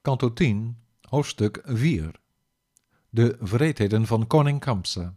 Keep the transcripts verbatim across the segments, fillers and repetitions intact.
Kanto tien, hoofdstuk vier. De wreedheden van koning Kamsa.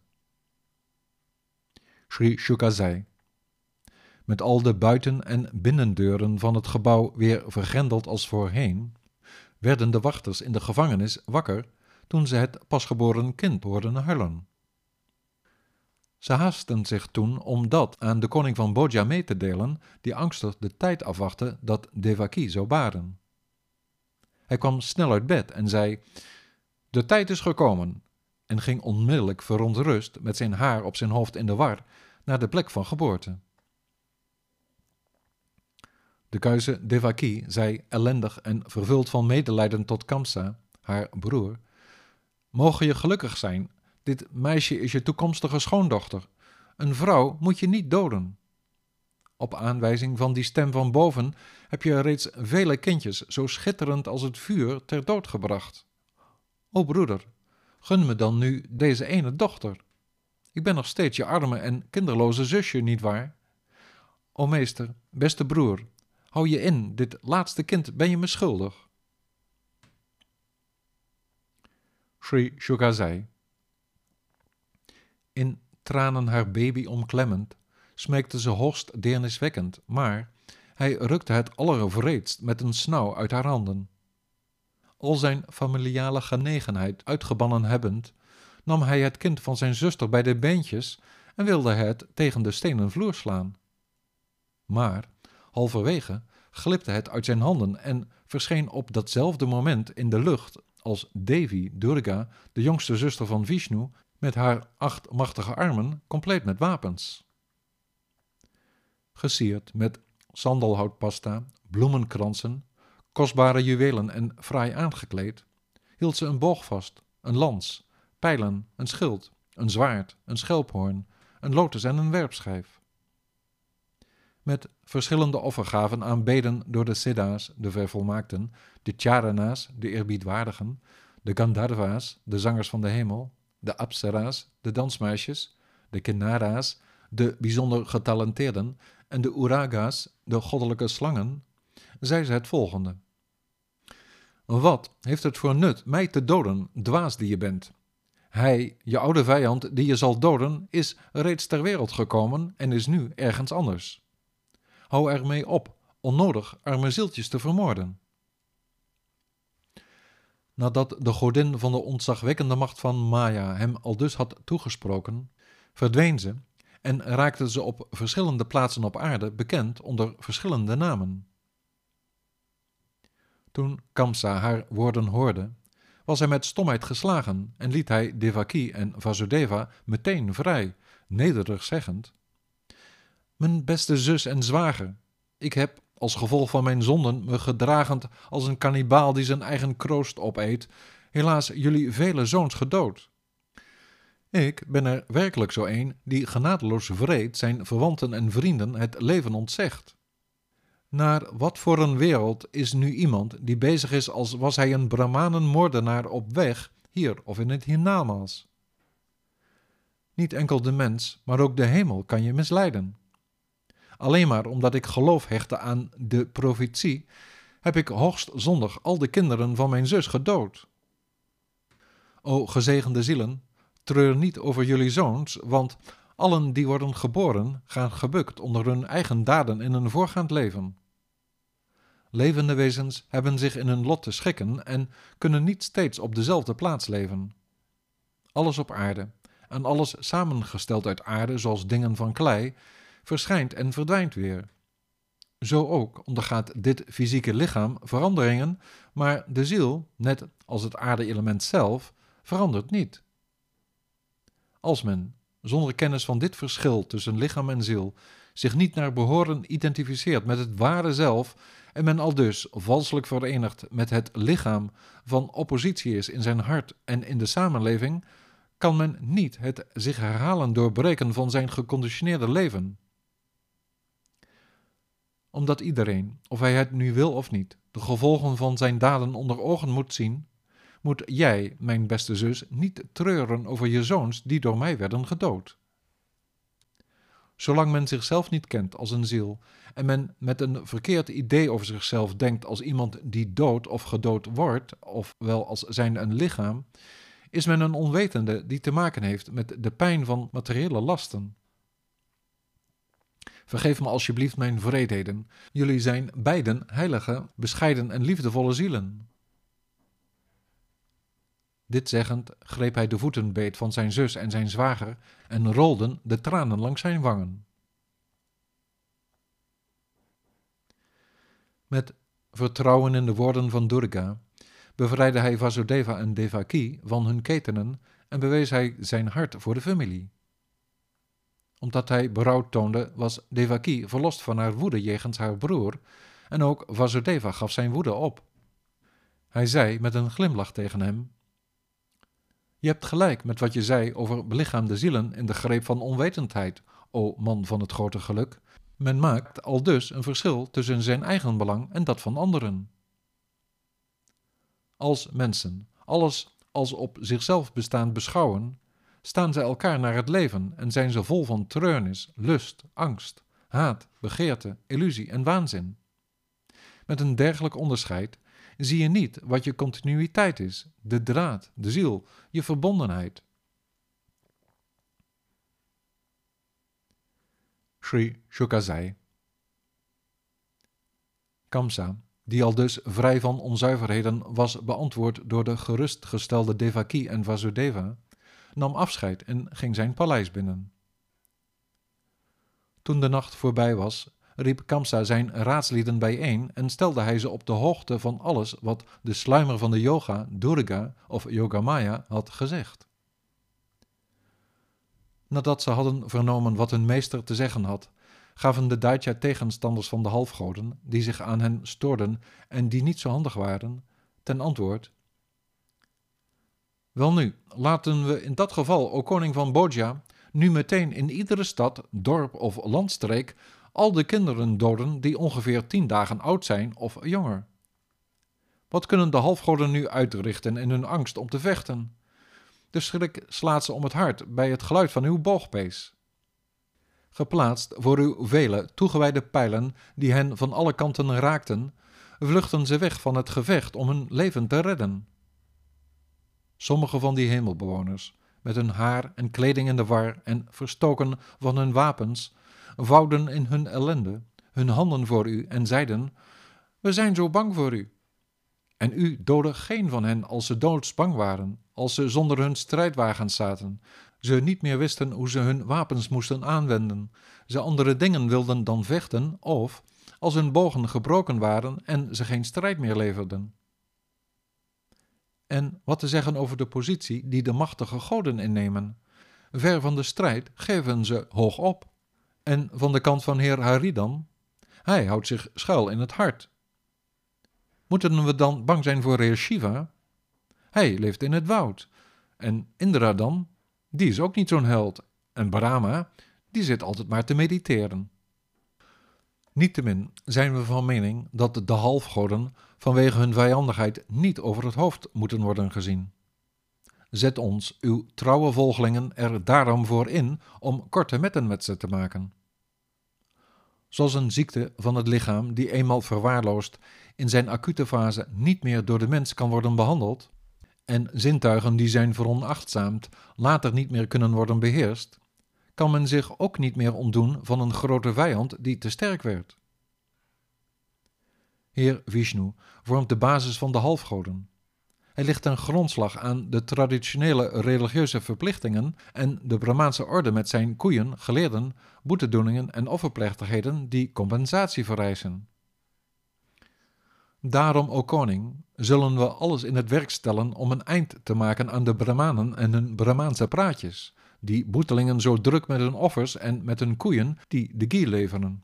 Sri Shuka zei: met al de buiten- en binnendeuren van het gebouw weer vergrendeld als voorheen, werden de wachters in de gevangenis wakker toen ze het pasgeboren kind hoorden huilen. Ze haastten zich toen om dat aan de koning van Bodja mee te delen, die angstig de tijd afwachtte dat Devaki zou baren. Hij kwam snel uit bed en zei: de tijd is gekomen, en ging onmiddellijk verontrust met zijn haar op zijn hoofd in de war naar de plek van geboorte. De kuise Devaki zei ellendig en vervuld van medelijden tot Kamsa, haar broer: mogen je gelukkig zijn, dit meisje is je toekomstige schoondochter. Een vrouw moet je niet doden. Op aanwijzing van die stem van boven heb je reeds vele kindjes zo schitterend als het vuur ter dood gebracht. O broeder, gun me dan nu deze ene dochter. Ik ben nog steeds je arme en kinderloze zusje, nietwaar? O meester, beste broer, hou je in, dit laatste kind ben je me schuldig. Sri Shuka zei: in tranen haar baby omklemmend, smeekte ze hoogst deerniswekkend, maar hij rukte het allerwreedst met een snauw uit haar handen. Al zijn familiale genegenheid uitgebannen hebbend, nam hij het kind van zijn zuster bij de beentjes en wilde het tegen de stenen vloer slaan. Maar halverwege glipte het uit zijn handen en verscheen op datzelfde moment in de lucht als Devi Durga, de jongste zuster van Vishnu, met haar acht machtige armen, compleet met wapens. Gesierd met sandalhoutpasta, bloemenkransen, kostbare juwelen en fraai aangekleed, hield ze een boog vast, een lans, pijlen, een schild, een zwaard, een schelphoorn, een lotus en een werpschijf. Met verschillende offergaven aanbeden door de Siddha's, de vervolmaakten, de Charana's, de eerbiedwaardigen, de Gandharva's, de zangers van de hemel, de Apsara's, de dansmeisjes, de Kinnara's, de bijzonder getalenteerden, en de Uraga's, de goddelijke slangen, zei ze het volgende: wat heeft het voor nut mij te doden, dwaas die je bent? Hij, je oude vijand die je zal doden, is reeds ter wereld gekomen en is nu ergens anders. Hou ermee op, onnodig arme zieltjes te vermoorden. Nadat de godin van de ontzagwekkende macht van Maya hem aldus had toegesproken, verdween ze en raakte ze op verschillende plaatsen op aarde bekend onder verschillende namen. Toen Kamsa haar woorden hoorde, was hij met stomheid geslagen en liet hij Devaki en Vasudeva meteen vrij, nederig zeggend: mijn beste zus en zwager, ik heb, als gevolg van mijn zonden, me gedragend als een kannibaal die zijn eigen kroost opeet, helaas jullie vele zoons gedood. Ik ben er werkelijk zo een die genadeloos wreed zijn verwanten en vrienden het leven ontzegt. Naar wat voor een wereld is nu iemand die bezig is als was hij een Brahmanenmoordenaar op weg, hier of in het hiernamaals? Niet enkel de mens, maar ook de hemel kan je misleiden. Alleen maar omdat ik geloof hechtte aan de profetie, heb ik hoogst zondig al de kinderen van mijn zus gedood. O gezegende zielen, treur niet over jullie zoons, want allen die worden geboren gaan gebukt onder hun eigen daden in een voorgaand leven. Levende wezens hebben zich in hun lot te schikken en kunnen niet steeds op dezelfde plaats leven. Alles op aarde, en alles samengesteld uit aarde zoals dingen van klei, verschijnt en verdwijnt weer. Zo ook ondergaat dit fysieke lichaam veranderingen, maar de ziel, net als het aarde-element zelf, verandert niet. Als men, zonder kennis van dit verschil tussen lichaam en ziel, zich niet naar behoren identificeert met het ware zelf en men aldus valselijk verenigd met het lichaam van oppositie is in zijn hart en in de samenleving, kan men niet het zich herhalen doorbreken van zijn geconditioneerde leven. Omdat iedereen, of hij het nu wil of niet, de gevolgen van zijn daden onder ogen moet zien, moet jij, mijn beste zus, niet treuren over je zoons die door mij werden gedood. Zolang men zichzelf niet kent als een ziel en men met een verkeerd idee over zichzelf denkt als iemand die dood of gedood wordt, ofwel als zijnde een lichaam, is men een onwetende die te maken heeft met de pijn van materiële lasten. Vergeef me alsjeblieft mijn wreedheden. Jullie zijn beiden heilige, bescheiden en liefdevolle zielen. Dit zeggend greep hij de voetenbeet van zijn zus en zijn zwager en rolden de tranen langs zijn wangen. Met vertrouwen in de woorden van Durga bevrijdde hij Vasudeva en Devaki van hun ketenen en bewees hij zijn hart voor de familie. Omdat hij berouw toonde, was Devaki verlost van haar woede jegens haar broer en ook Vasudeva gaf zijn woede op. Hij zei met een glimlach tegen hem: Je hebt gelijk met wat je zei over belichaamde zielen in de greep van onwetendheid, o man van het grote geluk. Men maakt aldus een verschil tussen zijn eigen belang en dat van anderen. Als mensen alles als op zichzelf bestaand beschouwen, staan zij elkaar naar het leven en zijn ze vol van treurnis, lust, angst, haat, begeerte, illusie en waanzin. Met een dergelijk onderscheid zie je niet wat je continuïteit is, de draad, de ziel, je verbondenheid. Sri Shuka zei: Kamsa, die aldus vrij van onzuiverheden was beantwoord door de gerustgestelde Devaki en Vasudeva, nam afscheid en ging zijn paleis binnen. Toen de nacht voorbij was, riep Kamsa zijn raadslieden bijeen en stelde hij ze op de hoogte van alles wat de sluimer van de yoga, Durga of Yogamaya, had gezegd. Nadat ze hadden vernomen wat hun meester te zeggen had, gaven de Daitya-tegenstanders van de halfgoden, die zich aan hen stoorden en die niet zo handig waren, ten antwoord: Welnu, laten we in dat geval, o koning van Bodhja, nu meteen in iedere stad, dorp of landstreek al de kinderen doden die ongeveer tien dagen oud zijn of jonger. Wat kunnen de halfgoden nu uitrichten in hun angst om te vechten? De schrik slaat ze om het hart bij het geluid van uw boogpees. Geplaatst voor uw vele toegewijde pijlen die hen van alle kanten raakten, vluchten ze weg van het gevecht om hun leven te redden. Sommige van die hemelbewoners, met hun haar en kleding in de war en verstoken van hun wapens, vouwden in hun ellende hun handen voor u en zeiden: We zijn zo bang voor u. En u doodde geen van hen als ze doodsbang waren, als ze zonder hun strijdwagens zaten, ze niet meer wisten hoe ze hun wapens moesten aanwenden, ze andere dingen wilden dan vechten, of als hun bogen gebroken waren en ze geen strijd meer leverden. En wat te zeggen over de positie die de machtige goden innemen? Ver van de strijd geven ze hoog op. En van de kant van heer Hari dan? Hij houdt zich schuil in het hart. Moeten we dan bang zijn voor heer Shiva? Hij leeft in het woud. En Indra dan? Die is ook niet zo'n held. En Brahma, die zit altijd maar te mediteren. Niettemin zijn we van mening dat de halfgoden vanwege hun vijandigheid niet over het hoofd moeten worden gezien. Zet ons, uw trouwe volgelingen, er daarom voor in om korte metten met ze te maken. Zoals een ziekte van het lichaam die eenmaal verwaarloosd in zijn acute fase niet meer door de mens kan worden behandeld, en zintuigen die zijn veronachtzaamd later niet meer kunnen worden beheerst, kan men zich ook niet meer ontdoen van een grote vijand die te sterk werd. Heer Vishnu vormt de basis van de halfgoden. Hij ligt ten grondslag aan de traditionele religieuze verplichtingen en de Brahmaanse orde met zijn koeien, geleerden, boetedoeningen en offerplechtigheden die compensatie vereisen. Daarom, o koning, zullen we alles in het werk stellen om een eind te maken aan de Brahmanen en hun Brahmaanse praatjes, die boetelingen zo druk met hun offers en met hun koeien die de ghee leveren.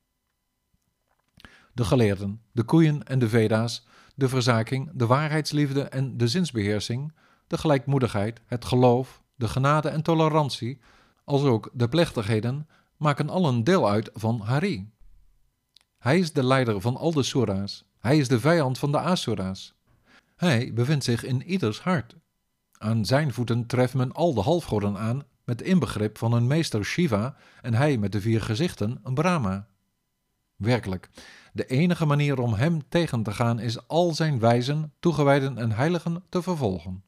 De geleerden, de koeien en de Veda's, de verzaking, de waarheidsliefde en de zinsbeheersing, de gelijkmoedigheid, het geloof, de genade en tolerantie, als ook de plechtigheden, maken allen deel uit van Hari. Hij is de leider van al de sura's. Hij is de vijand van de asura's. Hij bevindt zich in ieders hart. Aan zijn voeten treft men al de halfgoden aan met inbegrip van hun meester Shiva en hij met de vier gezichten, Brahma. Werkelijk, de enige manier om hem tegen te gaan is al zijn wijzen, toegewijden en heiligen te vervolgen.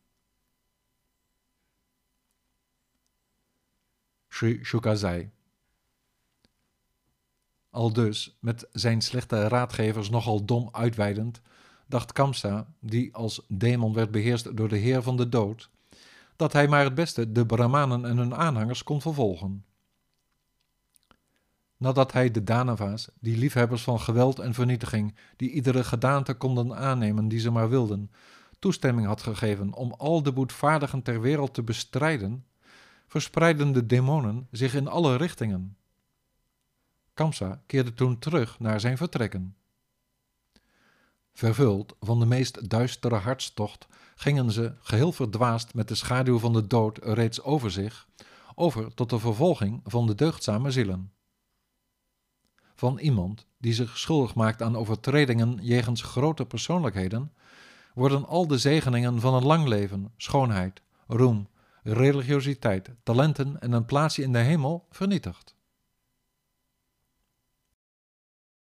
Sri Shuka zei: Aldus, met zijn slechte raadgevers nogal dom uitweidend, dacht Kamsa, die als demon werd beheerst door de heer van de dood, dat hij maar het beste de Brahmanen en hun aanhangers kon vervolgen. Nadat hij de Danava's, die liefhebbers van geweld en vernietiging, die iedere gedaante konden aannemen die ze maar wilden, toestemming had gegeven om al de boetvaardigen ter wereld te bestrijden, verspreidden de demonen zich in alle richtingen. Kamsa keerde toen terug naar zijn vertrekken. Vervuld van de meest duistere hartstocht gingen ze, geheel verdwaasd met de schaduw van de dood reeds over zich, over tot de vervolging van de deugdzame zielen. Van iemand die zich schuldig maakt aan overtredingen jegens grote persoonlijkheden, worden al de zegeningen van een lang leven, schoonheid, roem, religiositeit, talenten en een plaatsje in de hemel vernietigd.